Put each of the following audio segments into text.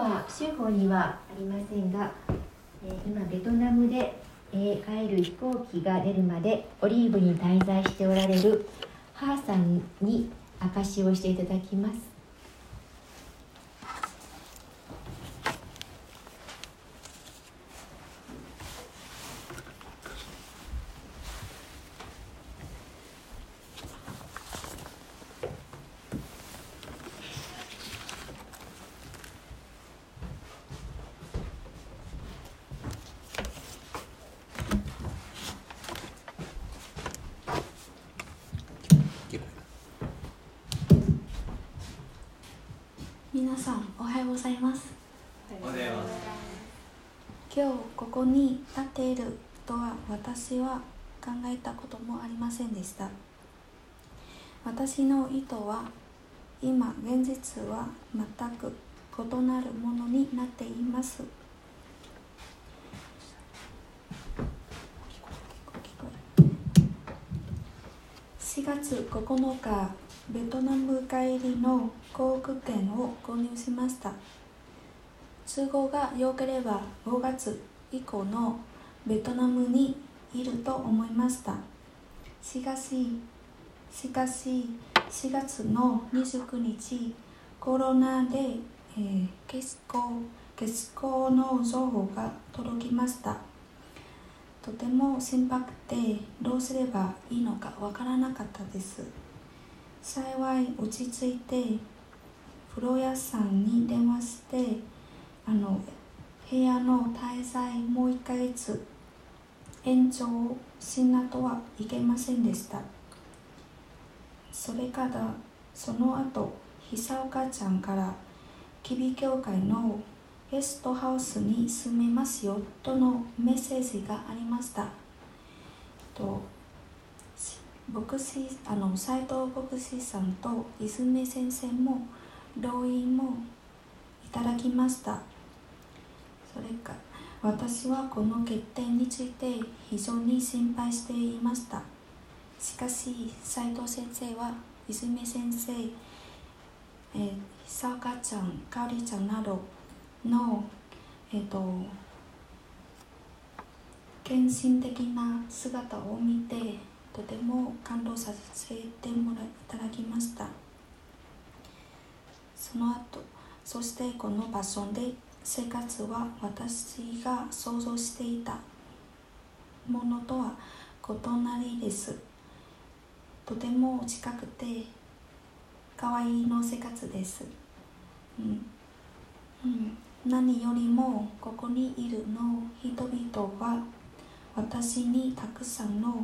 は州法にはありませんが、今ベトナムで、帰る飛行機が出るまでオリーブに滞在しておられるハーさんに証しをしていただきます。 皆さんおはようございます。 おはようございます。 今日ここに立っているとは私は考えたこともありませんでした。私の意図は今現実は全く異なるものになっています。4月9日、ベトナム帰りの航空券を購入しました。都合が良ければ5月以降のベトナムにいると思いました。しかし4月の29日、コロナで、欠航の情報が届きました。とても心配でどうすればいいのかわからなかったです。幸い落ち着いて風呂屋さんに電話して部屋の滞在もう1ヶ月延長しなとはいけませんでした。それからその後、久岡ちゃんから吉備教会のゲストハウスに住めますよとのメッセージがありました。斉藤牧師さんと泉先生も同意もいただきました。それから私はこの決定について非常に心配していました。しかし斉藤先生は泉先生、久岡ちゃん、かおりちゃんなどの、献身的な姿を見てとても感動させていただきました。そしてこの場所で生活は私が想像していたものとは異なりです。とても近くて可愛いの生活です。何よりもここにいるの人々は私にたくさんの、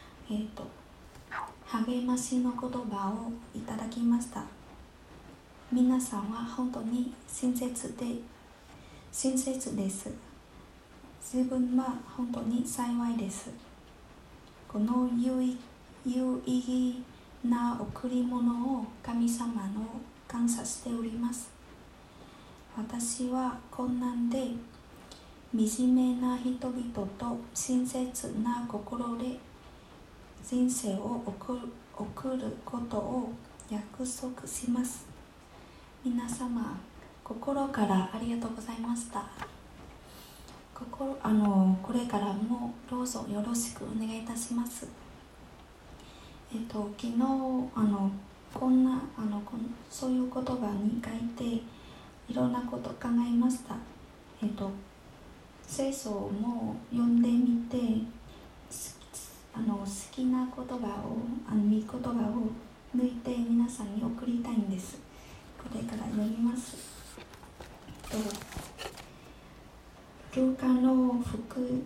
励ましの言葉をいただきました。皆さんは本当に親切です。自分は本当に幸いです。この有意義な贈り物を神様の感謝しております。私は困難で惨めな人々と親切な心で人生を送ることを約束します。皆様、心からありがとうございました。これからもどうぞよろしくお願いいたします。昨日そういう言葉に書いていろんなこと考えました。聖書も読んでみて好きな言葉を御言葉を抜いて皆さんに送りたいんです。これから読みます。ルカの福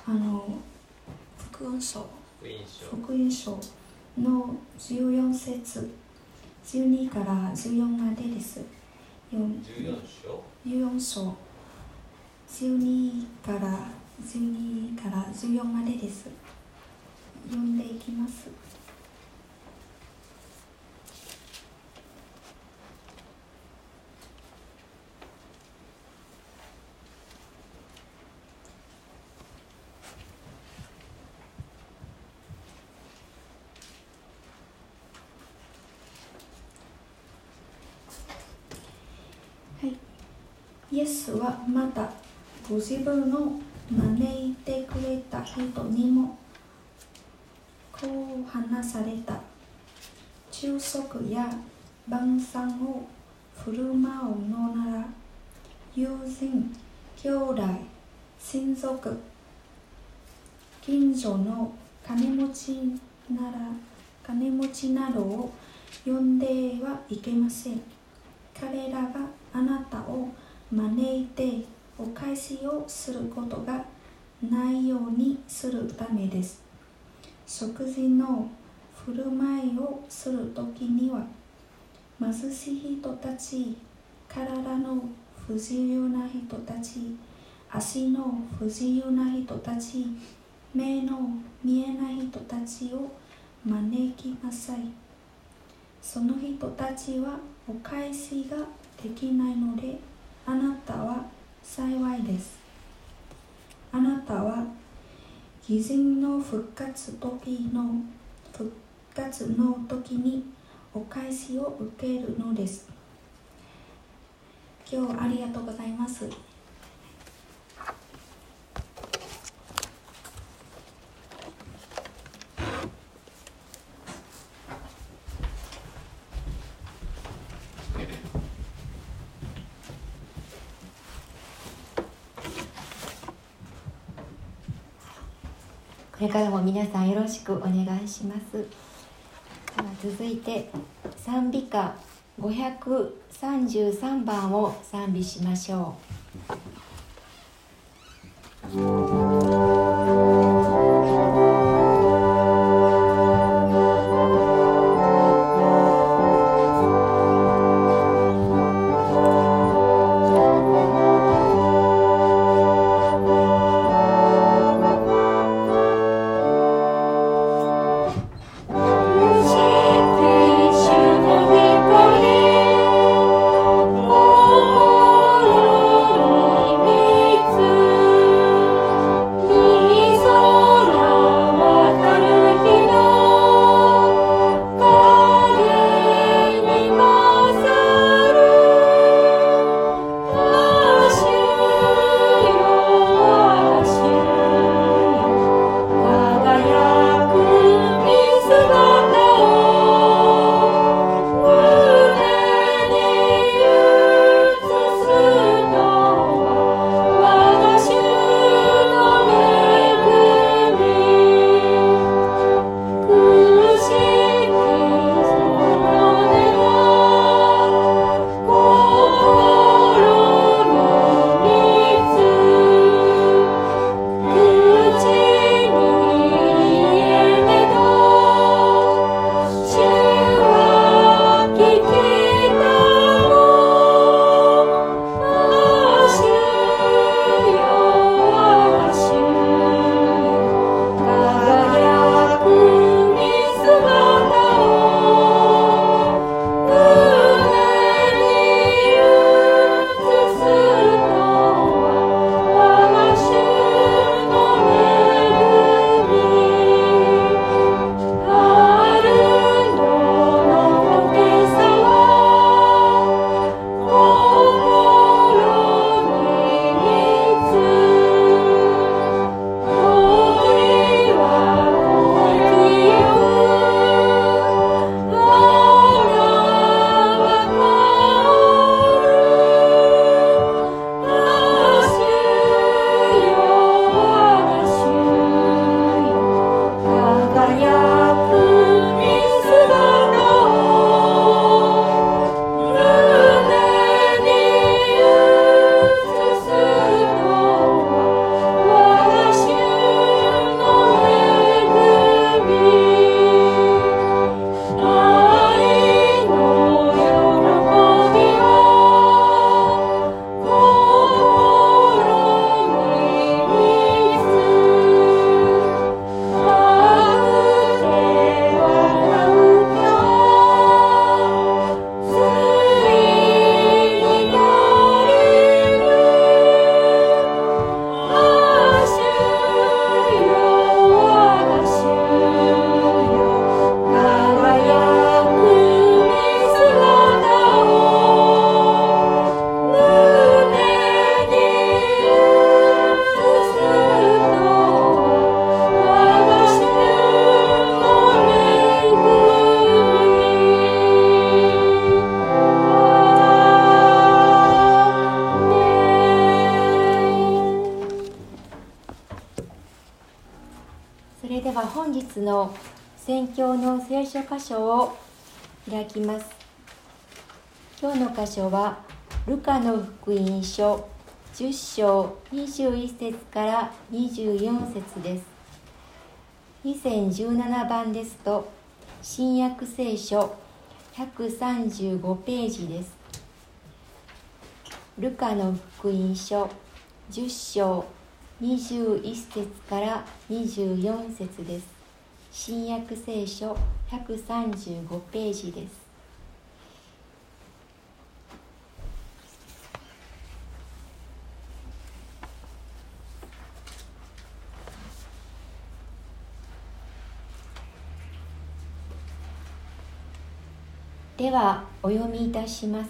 音書の14節12から14までです。14章12から14までです。読んでいきます。 イエスはまたご自分の招いてくれた人にもこう話された。昼食や晩餐を振る舞うのなら、友人、兄弟、親族、近所の金持ちなどを呼んではいけません。彼らがあなたを招いてお返しをすることがないようにするためです。食事の振る舞いをするときには、貧しい人たち、体の不自由な人たち、足の不自由な人たち、目の見えない人たちを招きなさい。その人たちはお返しができないので、あなたは幸いです。あなたは義人の復活の時にお返しを受けるのです。今日ありがとうございます。 これからも皆さんよろしくお願いします。では続いて賛美歌533番を賛美しましょう。 心に日の宣教の聖書箇所を開きます。今日の箇所はルカの福音書10章21節から24節です。2017番ですと新約聖書135ページです。ルカの福音書10章21節から24節です。新約聖書135ページです。ではお読みいたします。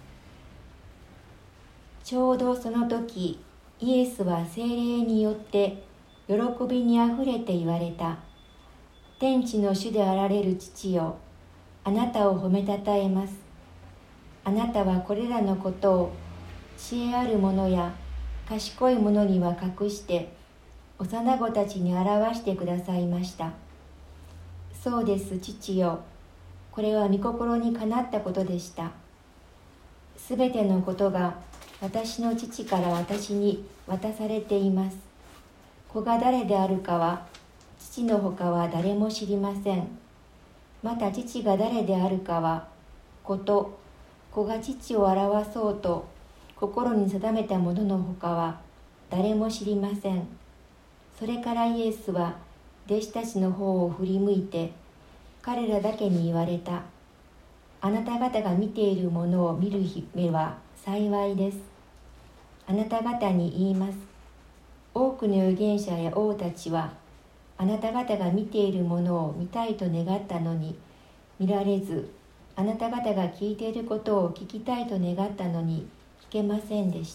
ちょうどその時、イエスは聖霊によって喜びにあふれて言われた。天地の主であられる父よ、あなたを褒めたたえます。あなたはこれらのことを知恵ある者や賢い者には隠して幼子たちに表してくださいました。そうです、父よ。これは御心にかなったことでした。すべてのことが私の父から私に渡されています。子が誰であるかは父のほかは誰も知りません。また父が誰であるかは子と子が父を表そうと心に定めたもののほかは誰も知りません。それからイエスは弟子たちの方を振り向いて彼らだけに言われた。あなた方が見ているものを見る目は幸いです。あなた方に言います。多くの預言者や王たちはあなた方が見ているものを見たいと願ったのに見られず、あなた方が聞いていることを聞きたいと願ったのに聞けませんでした。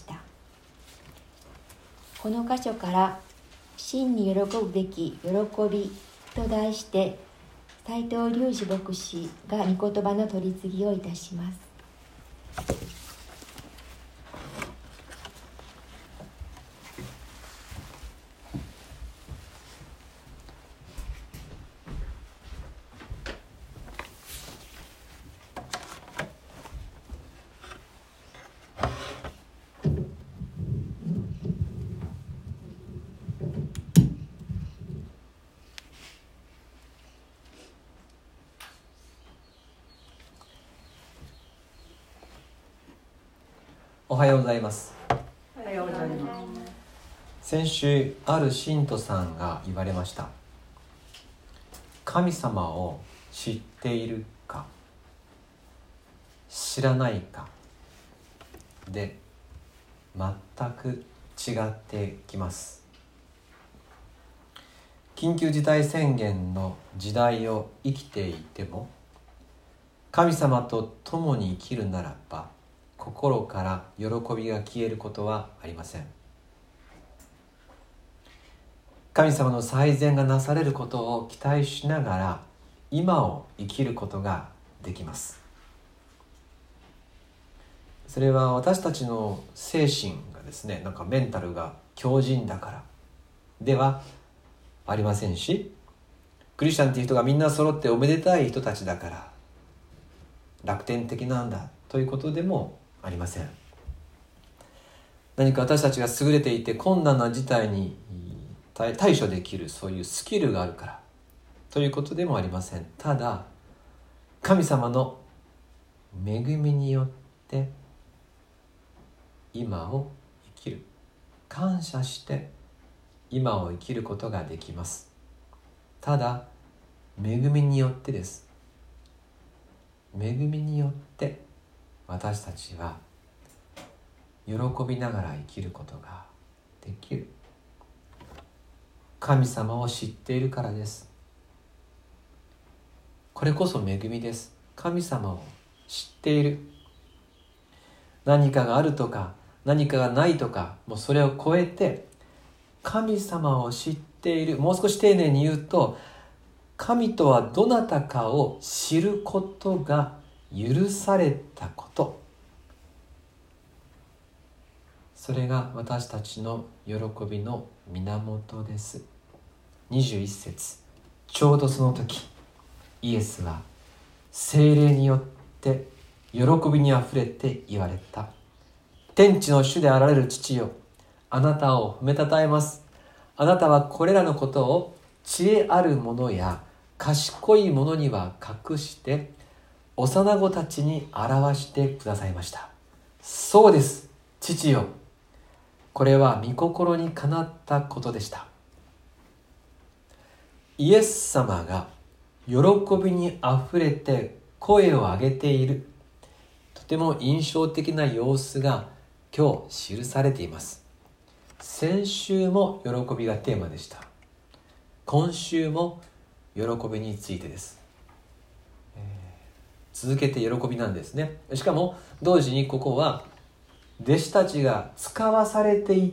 この箇所から真に喜ぶべき喜びと題して斉藤隆二牧師が御言葉の取り次ぎをいたします。 おはようございます。 おはようございます。 先週ある信徒さんが言われました。神様を知っているか知らないかで全く違ってきます。緊急事態宣言の時代を生きていても神様と共に生きるならば心から喜びが消えることはありません。神様の最善がなされることを期待しながら今を生きることができます。それは私たちの精神がですね、メンタルが強靭だからではありませんし、クリスチャンっていう人がみんな揃っておめでたい人たちだから楽天的なんだということでもありません。何か私たちが優れていて困難な事態に対処できるそういうスキルがあるからということでもありません。ただ神様の恵みによって今を生きる、感謝して今を生きることができます。ただ恵みによってです。恵みによって私たちは喜びながら生きることができる。神様を知っているからです。これこそ恵みです。神様を知っている。何かがあるとか何かがないとか、もうそれを超えて神様を知っている。もう少し丁寧に言うと、神とはどなたかを知ることが許されたこと、それが私たちの喜びの源です。21節ちょうどその時イエスは聖霊によって喜びにあふれて言われた。天地の主であられる父よ、あなたを褒めたたえます。あなたはこれらのことを知恵ある者や賢い者には隠して幼子たちに表してくださいました。そうです、父よ。これは御心にかなったことでした。イエス様が喜びにあふれて声を上げている、とても印象的な様子が今日記されています。先週も喜びがテーマでした。今週も喜びについてです。続けて喜びなんですね。しかも同時にここは弟子たちが使わされていった、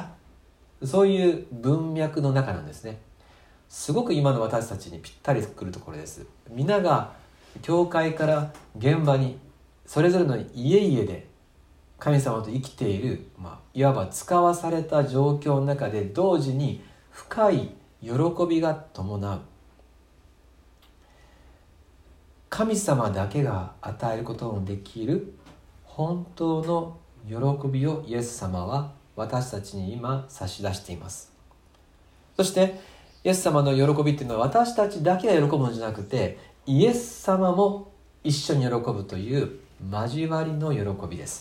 そういう文脈の中なんですね。すごく今の私たちにぴったりくるところです。皆が教会から現場にそれぞれの家々で神様と生きている、いわば使わされた状況の中で同時に深い喜びが伴う。神様だけが与えることのできる本当の喜びをイエス様は私たちに今差し出しています。そしてイエス様の喜びっていうのは私たちだけが喜ぶのじゃなくて、イエス様も一緒に喜ぶという交わりの喜びです。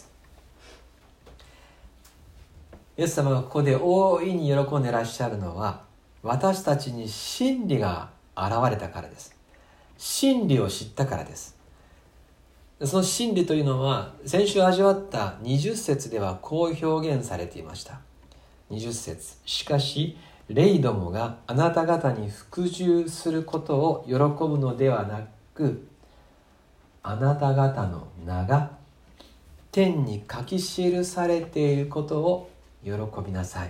イエス様がここで大いに喜んでいらっしゃるのは、私たちに真理が現れたからです。真理を知ったからです。その真理というのは先週味わった20節ではこう表現されていました。20節、しかし霊どもがあなた方に服従することを喜ぶのではなく、あなた方の名が天に書き記されていることを喜びなさい。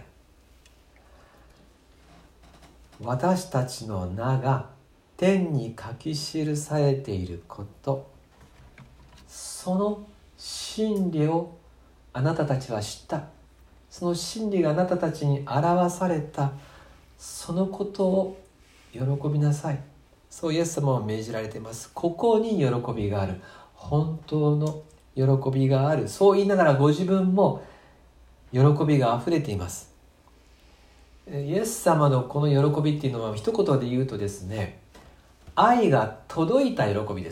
私たちの名が天に書き記されていること、その真理をあなたたちは知った。その真理があなたたちに表された、そのことを喜びなさい。そうイエス様は命じられています。ここに喜びがある。本当の喜びがある。そう言いながらご自分も喜びがあふれています。イエス様のこの喜びっていうのは一言で言うとですね、愛が届いた喜びです。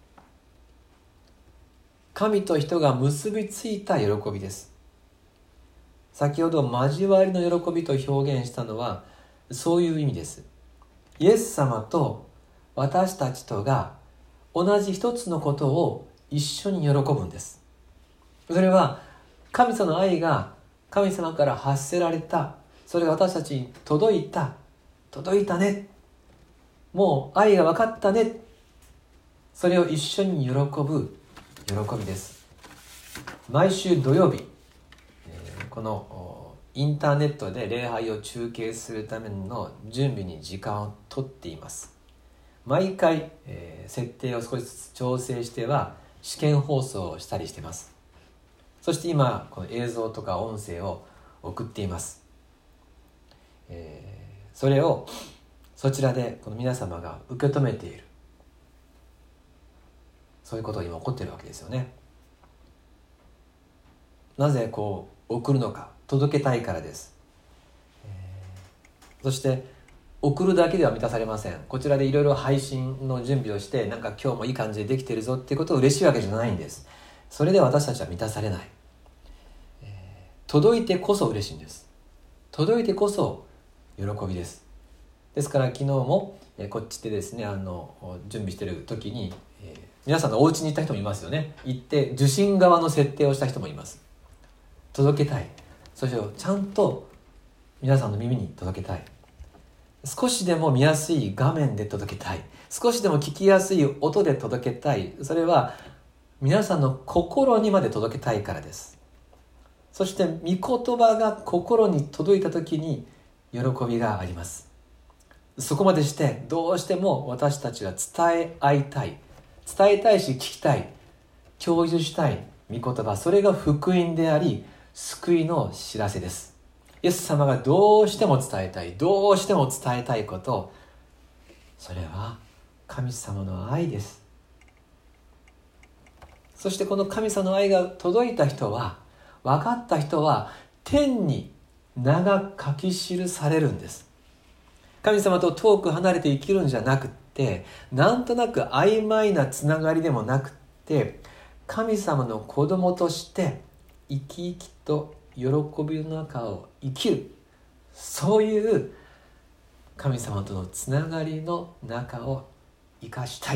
神と人が結びついた喜びです。先ほど交わりの喜びと表現したのはそういう意味です。イエス様と私たちとが同じ一つのことを一緒に喜ぶんです。それは神様の愛が神様から発せられた、それが私たちに届いたね、もう愛が分かったね、それを一緒に喜ぶ喜びです。毎週土曜日、このインターネットで礼拝を中継するための準備に時間をとっています。毎回、設定を少しずつ調整しては試験放送をしたりしています。そして今この映像とか音声を送っています。それをそちらでこの皆様が受け止めている、そういうことが今起こっているわけですよね。なぜこう送るのか、届けたいからです。そして送るだけでは満たされません。こちらでいろいろ配信の準備をして、なんか今日もいい感じでできているぞっていうことを嬉しいわけじゃないんです。それで私たちは満たされない。届いてこそ嬉しいんです。届いてこそ喜びです。ですから昨日もこっちでですね、準備している時に、皆さんのお家に行った人もいますよね。行って受信側の設定をした人もいます。届けたい。そしてちゃんと皆さんの耳に届けたい。少しでも見やすい画面で届けたい。少しでも聞きやすい音で届けたい。それは皆さんの心にまで届けたいからです。そして御言葉が心に届いた時に喜びがあります。そこまでしてどうしても私たちは伝え合いたい。伝えたいし聞きたい。共有したい御言葉。それが福音であり、救いの知らせです。イエス様がどうしても伝えたい、どうしても伝えたいこと、 それは神様の愛です。そしてこの神様の愛が届いた人は、分かった人は天に名が書き記されるんです。神様と遠く離れて生きるんじゃなくって、なんとなく曖昧なつながりでもなくって、神様の子供として生き生きと喜びの中を生きる、そういう神様とのつながりの中を生かしたい。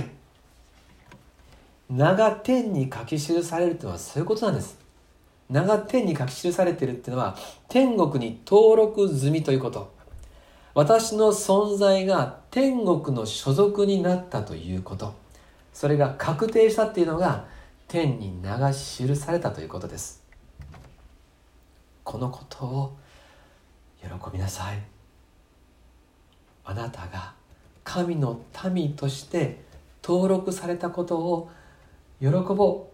名が天に書き記されるというのはそういうことなんです。名が天に書き記されているというのは、天国に登録済みということ。私の存在が天国の所属になったということ。それが確定したというのが、天に名が記されたということです。このことを喜びなさい。あなたが神の民として登録されたことを喜ぼう。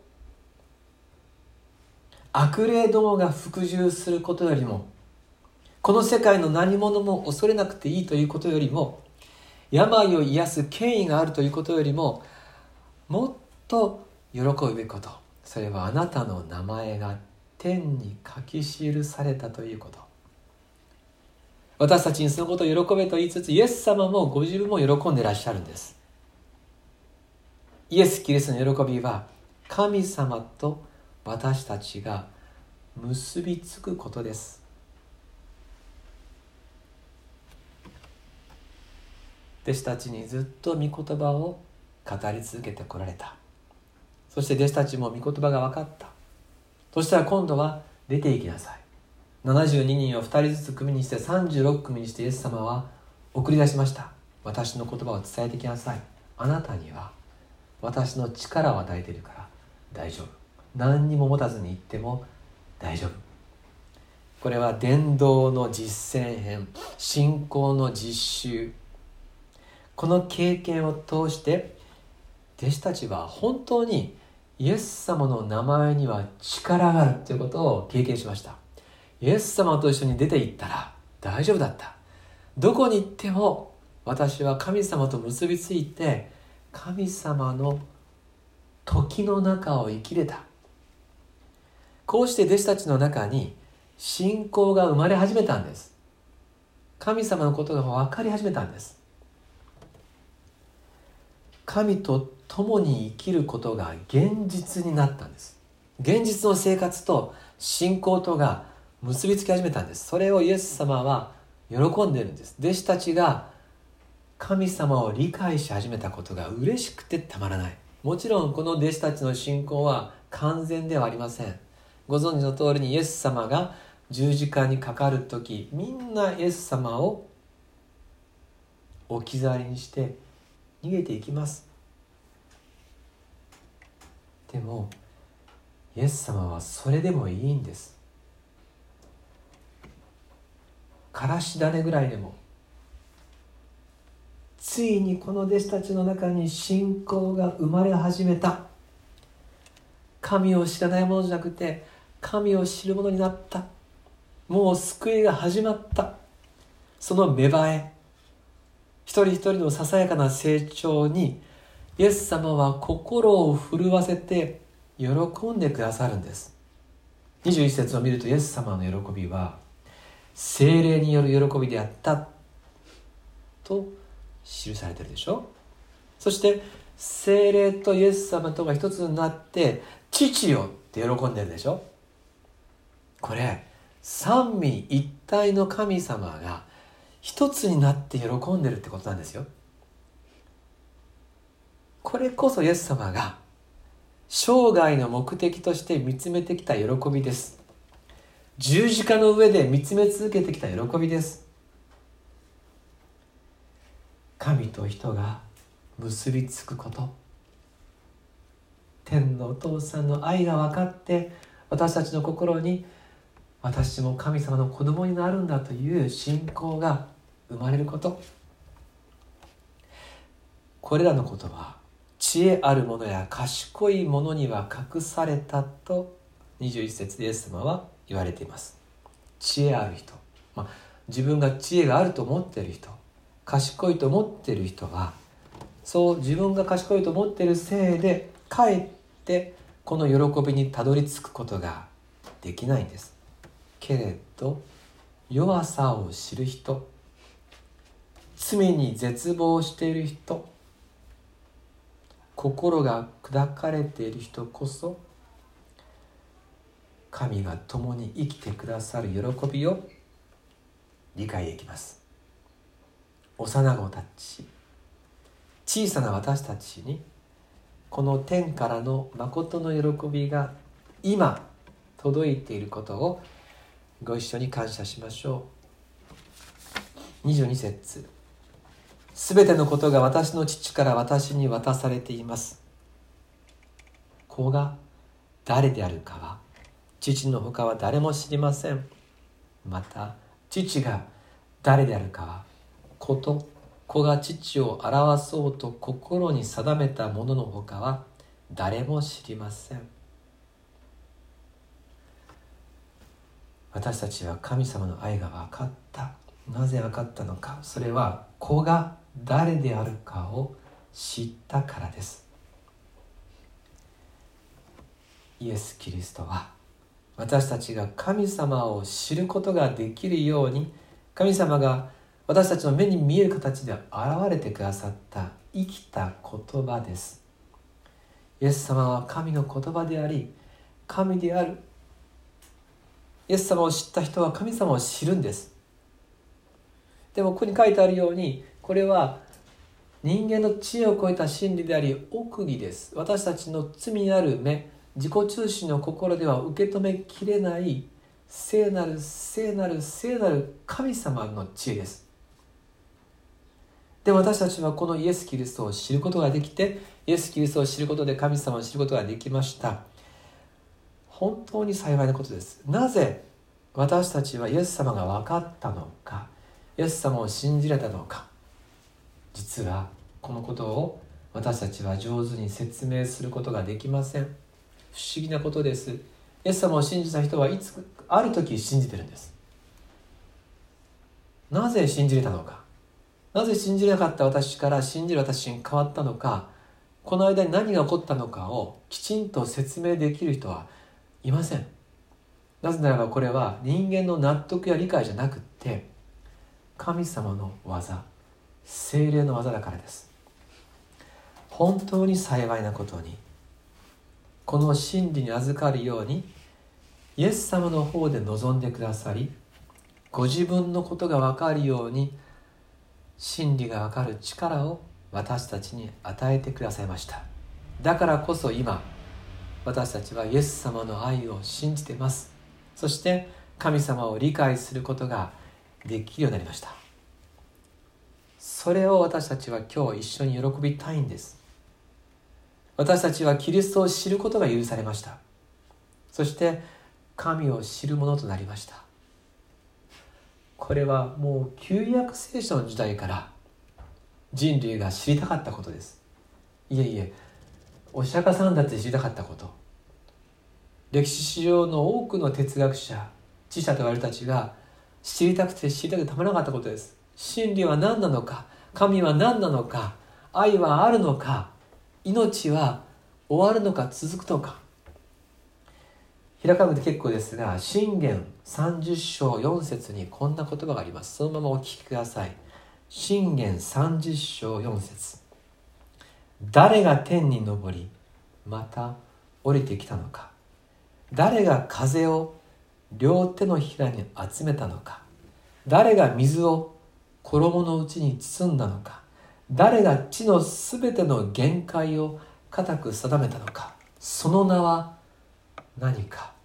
悪霊どもが服従することよりも、この世界の何者も恐れなくていいということよりも、病を癒す権威があるということよりも、もっと喜ぶべきこと、それはあなたの名前が天に書き記されたということ。私たちにそのことを喜べと言いつつ、イエス様もご自分も喜んでいらっしゃるんです。イエス・キリストの喜びは、神様と私たちが結びつくことです。弟子たちにずっと御言葉を語り続けてこられた。そして弟子たちも御言葉が分かった。そしたら今度は出て行きなさい。72人を2人ずつ組にして36組にしてイエス様は送り出しました。私の言葉を伝えてきなさい。あなたには私の力を与えているから大丈夫。何にも持たずに行っても大丈夫。これは伝道の実践編、信仰の実習。この経験を通して弟子たちは本当にイエス様の名前には力があるということを経験しました。イエス様と一緒に出て行ったら大丈夫だった。どこに行っても私は神様と結びついて、神様の時の中を生きれた。こうして弟子たちの中に信仰が生まれ始めたんです。神様のことが分かり始めたんです。神と共に生きることが現実になったんです。現実の生活と信仰とが結びつき始めたんです。それをイエス様は喜んでいるんです。弟子たちが神様を理解し始めたことが嬉しくてたまらない。もちろんこの弟子たちの信仰は完全ではありません。ご存知の通りにイエス様が十字架にかかるとき、みんなイエス様を置き去りにして逃げていきます。でもイエス様はそれでもいいんです。からし種ぐらいでも、ついにこの弟子たちの中に信仰が生まれ始めた。神を知らないものじゃなくて神を知るものになった。もう救いが始まった。その芽生え、一人一人のささやかな成長にイエス様は心を震わせて喜んでくださるんです。21節を見ると、イエス様の喜びは聖霊による喜びであったと記されているでしょ。そして聖霊とイエス様とが一つになって父よって喜んでるでしょ。これ三位一体の神様が一つになって喜んでるってことなんですよ。これこそイエス様が生涯の目的として見つめてきた喜びです。十字架の上で見つめ続けてきた喜びです。神と人が結びつくこと、天のお父さんの愛が分かって私たちの心に私も神様の子供になるんだという信仰が生まれること、これらのことは知恵ある者や賢い者には隠されたと21節でイエス様は言われています。知恵ある人、自分が知恵があると思っている人、 賢いと思っている人は、そう自分が賢いと思っているせいでかえってこの喜びにたどり着くことができないんです。けれど弱さを知る人、罪に絶望している人、心が砕かれている人こそ、神が共に生きてくださる喜びを理解できます。幼子たち、小さな私たちにこの天からの誠の喜びが今届いていることをご一緒に感謝しましょう。22節、すべてのことが私の父から私に渡されています。子が誰であるかは父のほかは誰も知りません。また父が誰であるかは子と子が父を表そうと心に定めたもののほかは誰も知りません。私たちは神様の愛が分かった。なぜ分かったのか。それは子が誰であるかを知ったからです。イエス・キリストは私たちが神様を知ることができるように、神様が私たちの目に見える形で現れてくださった生きた言葉です。イエス様は神の言葉であり神である。イエス様を知った人は神様を知るんです。でもここに書いてあるように、これは人間の知恵を超えた真理であり奥義です。私たちの罪ある目、自己中心の心では受け止めきれない聖なる聖なる聖なる神様の知恵です。で私たちはこのイエス・キリストを知ることができて、イエス・キリストを知ることで神様を知ることができました。本当に幸いなことです。なぜ私たちはイエス様が分かったのか、イエス様を信じられたのか。実はこのことを私たちは上手に説明することができません。不思議なことです。イエス様を信じた人はいつある時信じてるんです。なぜ信じれたのか、なぜ信じれなかった私から信じる私に変わったのか、この間に何が起こったのかをきちんと説明できる人はいません。なぜならばこれは人間の納得や理解じゃなくって神様の技、聖霊の技だからです。本当に幸いなことに、この真理に預かるようにイエス様の方で望んでくださり、ご自分のことが分かるように真理が分かる力を私たちに与えてくださいました。だからこそ今私たちはイエス様の愛を信じています。そして神様を理解することができるようになりました。それを私たちは今日一緒に喜びたいんです。私たちはキリストを知ることが許されました。そして神を知るものとなりました。これはもう旧約聖書の時代から人類が知りたかったことです。いえいえ、お釈迦さんだって知りたかったこと、歴史史上の多くの哲学者、知者と言われる人たちが知りたくてたまらなかったことです。真理は何なのか、神は何なのか、愛はあるのか、命は終わるのか続くのか。開かなくて結構ですが、箴言30章4節にこんな言葉があります。そのままお聞きください。箴言30章4節、誰が天に昇りまた降りてきたのか、誰が風を両手のひらに集めたのか、誰が水を衣の内に包んだのか、誰が地のすべての限界を固く定めたのか、その名は何か、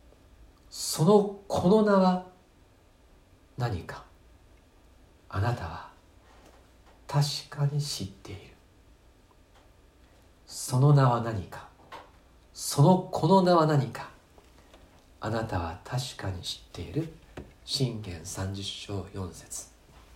この名は何か、あなたは確かに知っている。その名は何か、この名は何か、あなたは確かに知っている。箴言30章4節。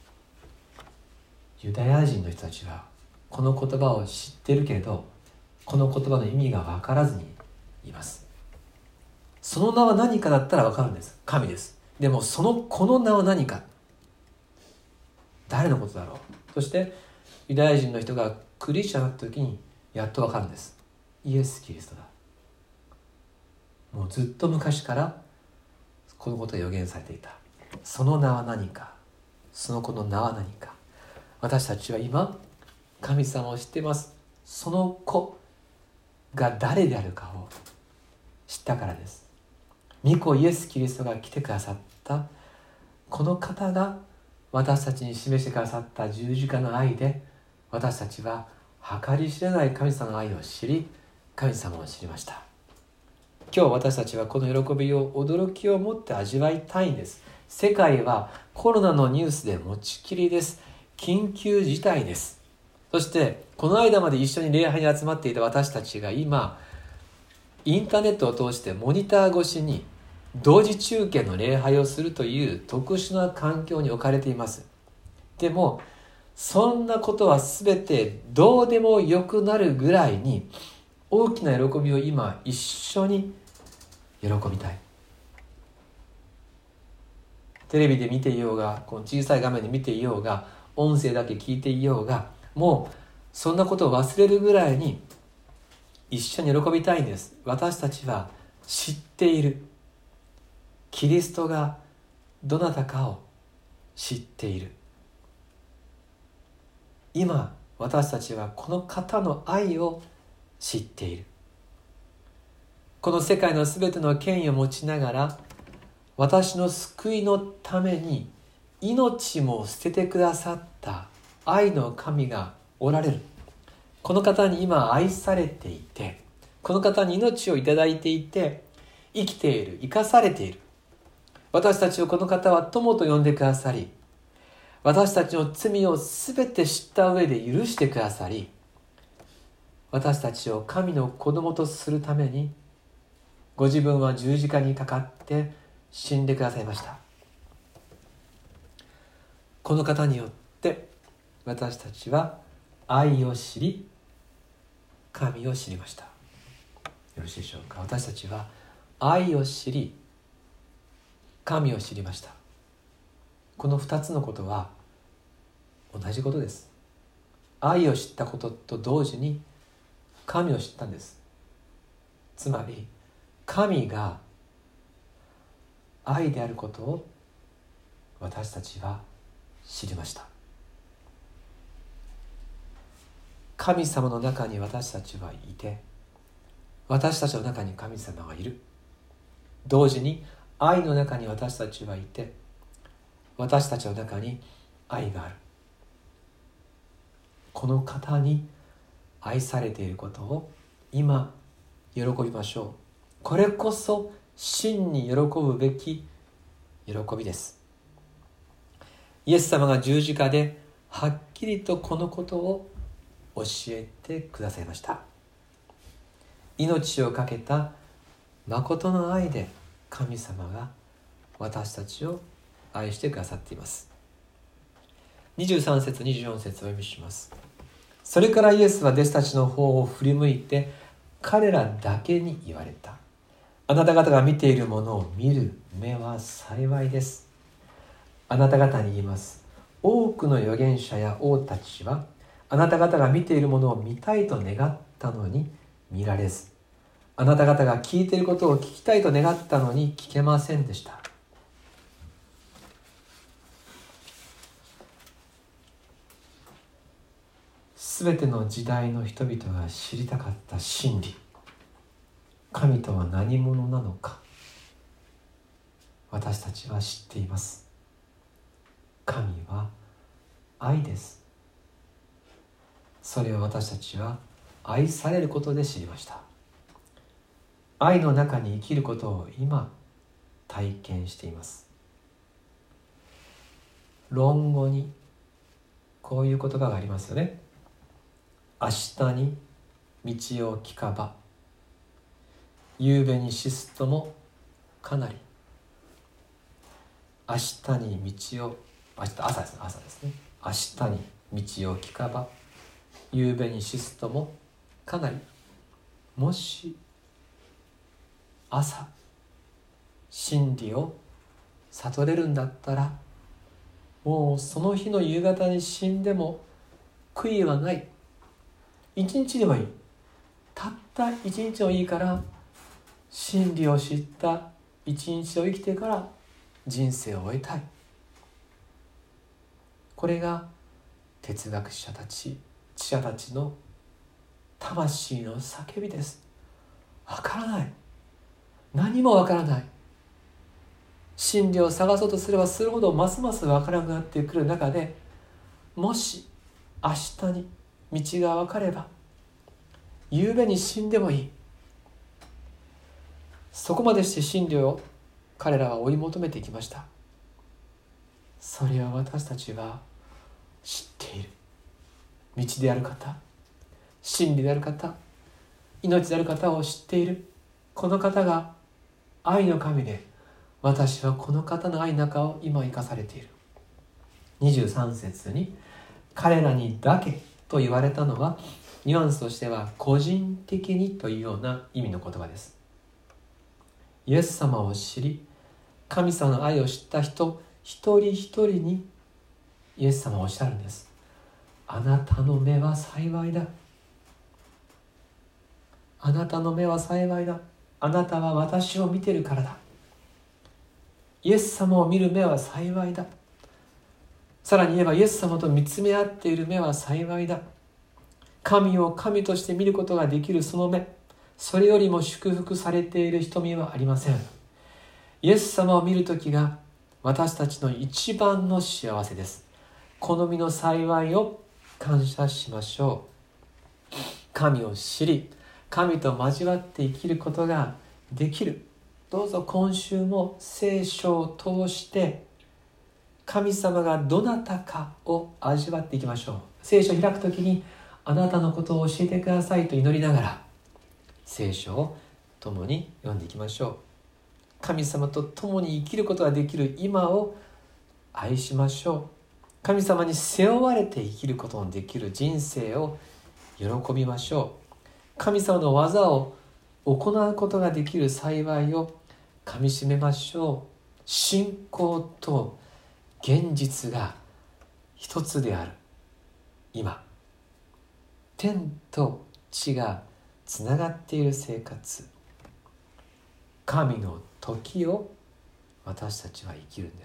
ユダヤ人の人たちはこの言葉を知っているけれど、この言葉の意味が分からずにいます。その名は何かだったら分かるんです。神です。でもこの名は何か、 誰のことだろう。そしてユダヤ人の人がクリスチャンになった時にやっと分かるんです。イエス・キリストだ。もうずっと昔からこのことを予言されていた。その名は何か、その子の名は何か。私たちは今神様を知っています。その子が誰であるかを知ったからです。御子イエス・キリストが来てくださったこの方が私たちに示してくださった十字架の愛で、私たちは計り知れない神様の愛を知り、神様を知りました。今日私たちはこの喜びを、驚きを持って味わいたいんです。世界はコロナのニュースで持ちきりです。緊急事態です。そしてこの間まで一緒に礼拝に集まっていた私たちが今インターネットを通してモニター越しに同時中継の礼拝をするという特殊な環境に置かれています。でもそんなことは全てどうでもよくなるぐらいに大きな喜びを今一緒に喜びたい。テレビで見ていようが、この小さい画面で見ていようが、音声だけ聞いていようが、もうそんなことを忘れるぐらいに一緒に喜びたいんです。私たちは知っている。キリストがどなたかを知っている。今私たちはこの方の愛を知っている。この世界のすべての権威を持ちながら、私の救いのために命も捨ててくださった愛の神がおられる。この方に今愛されていて、この方に命をいただいていて、生きている、生かされている。私たちをこの方は友と呼んでくださり、私たちの罪をすべて知った上で許してくださり、私たちを神の子供とするために、ご自分は十字架にかかって死んでくださいました。この方によって私たちは愛を知り、神を知りました。よろしいでしょうか。私たちは愛を知り、神を知りました。この2つのことは同じことです。愛を知ったことと同時に神を知ったんです。つまり神が愛であることを私たちは知りました。神様の中に私たちはいて、私たちの中に神様がいる。同時に愛の中に私たちはいて、私たちの中に愛がある。この方に愛されていることを今喜びましょう。これこそ真に喜ぶべき喜びです。イエス様が十字架ではっきりとこのことを教えてくださいました。命を懸けた誠の愛で神様が私たちを愛してくださっています。23節24節をお読みします。それからイエスは弟子たちの方を振り向いて彼らだけに言われた。あなた方が見ているものを見る目は幸いです。あなた方に言います。多くの預言者や王たちはあなた方が見ているものを見たいと願ったのに見られず、あなた方が聞いていることを聞きたいと願ったのに聞けませんでした。すべての時代の人々が知りたかった真理、神とは何者なのか、私たちは知っています。神は愛です。それを私たちは愛されることで知りました。愛の中に生きることを今体験しています。論語にこういう言葉がありますよね。明日に道を聞かば、夕べに死すともかなり。明日に道を、朝ですね。明日に道を聞かば、夕べに死すともかなり。もし朝真理を悟れるんだったら、 もうその日の夕方に死んでも悔いはない。一日でもいい。たった一日でもいいから、真理を知った一日を生きてから人生を終えたい。これが哲学者たち、知者たちの魂の叫びです。わからない。何もわからない。真理を探そうとすればするほどますますわからなくなってくる中で、もし明日に道がわかれば、夕べに死んでもいい。そこまでして真理を彼らは追い求めていきました。それを私たちは知っている。道である方、真理である方、命である方を知っている。この方が愛の神で、私はこの方の愛の中を今生かされている。23節に彼らにだけと言われたのは、ニュアンスとしては個人的にというような意味の言葉です。イエス様を知り、神様の愛を知った人一人一人にイエス様はおっしゃるんです。あなたの目は幸いだ。あなたの目は幸いだ。あなたは私を見てるからだ。イエス様を見る目は幸いだ。さらに言えばイエス様と見つめ合っている目は幸いだ。神を神として見ることができるその目、それよりも祝福されている瞳はありません。イエス様を見るときが私たちの一番の幸せです。この身の幸いを感謝しましょう。神を知り、神と交わって生きることができる。どうぞ今週も聖書を通して神様がどなたかを味わっていきましょう。聖書を開くときにあなたのことを教えてくださいと祈りながら聖書を共に読んでいきましょう。神様と共に生きることができる今を愛しましょう。神様に背負われて生きることのできる人生を喜びましょう。神様の技を行うことができる幸いをかみしめましょう。信仰と現実が一つである今、天と地がつながっている生活、神の時を私たちは生きるんです。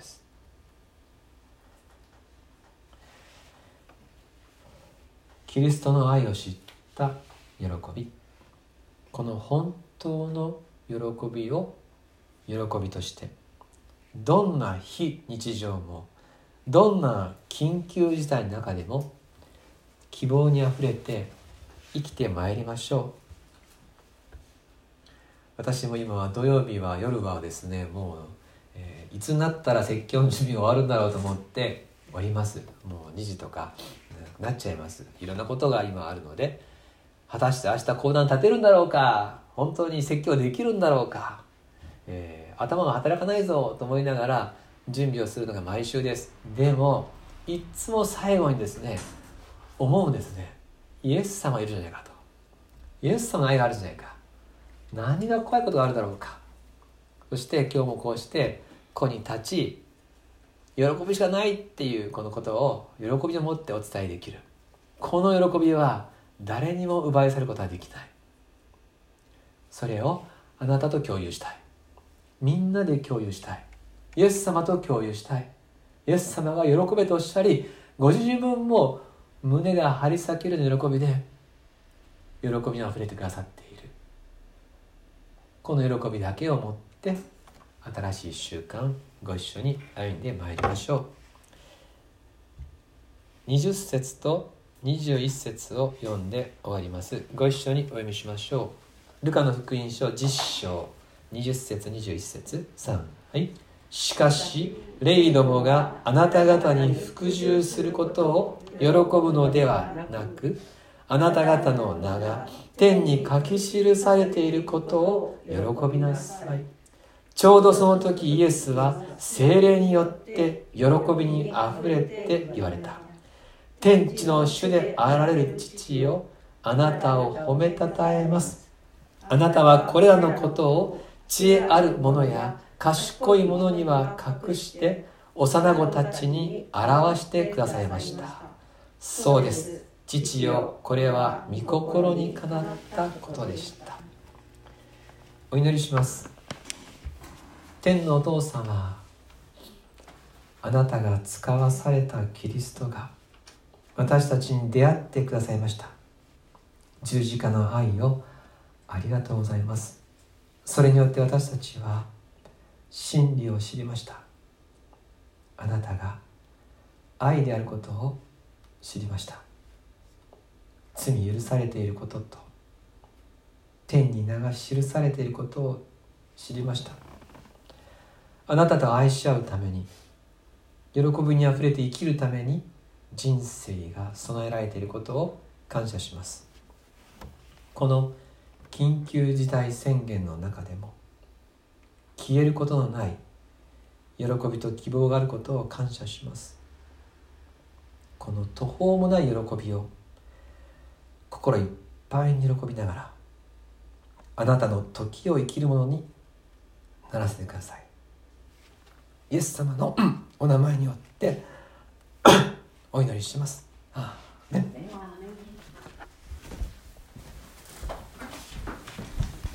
キリストの愛を知った喜び、この本当の喜びを喜びとして、どんな非日常もどんな緊急事態の中でも希望にあふれて生きてまいりましょう。私も今は土曜日は夜はですね、もう、いつになったら説教の準備終わるんだろうと思っております。もう2時とかなっちゃいます。いろんなことが今あるので、果たして明日講談立てるんだろうか、本当に説教できるんだろうか、頭が働かないぞと思いながら準備をするのが毎週です。でもいつも最後にですね思うんですね。イエス様いるじゃないかと。イエス様の愛があるじゃないか。何が怖いことがあるだろうか。そして今日もこうしてここに立ち、喜びしかないっていうこのことを喜びを持ってお伝えできる。この喜びは誰にも奪い去ることはできない。それをあなたと共有したい。みんなで共有したい。イエス様と共有したい。イエス様が喜べとおっしゃり、ご自分も胸が張り裂ける喜びで喜びにあふれてくださっている。この喜びだけを持って新しい習慣ご一緒に歩んでまいりましょう。20節と21節を読んで終わります。ご一緒にお読みしましょう。ルカの福音書10章20節21節3、はい。しかし霊どもがあなた方に服従することを喜ぶのではなく、あなた方の名が天に書き記されていることを喜びなさい。ちょうどその時イエスは聖霊によって喜びにあふれて言われた。天地の主であられる父よ、あなたを褒めたたえます。あなたはこれらのことを知恵ある者や賢い者には隠して幼子たちに表してくださいました。そうです。父よ、これは御心にかなったことでした。お祈りします。天のお父様、あなたが使わされたキリストが私たちに出会ってくださいました。十字架の愛をありがとうございます。それによって私たちは真理を知りました。あなたが愛であることを知りました。罪許されていることと天に名が記されていることを知りました。あなたと愛し合うために、喜びにあふれて生きるために人生が備えられていることを感謝します。この緊急事態宣言の中でも消えることのない喜びと希望があることを感謝します。この途方もない喜びを心いっぱいに喜びながら、あなたの時を生きるものにならせてください。イエス様のお名前によってお祈りします。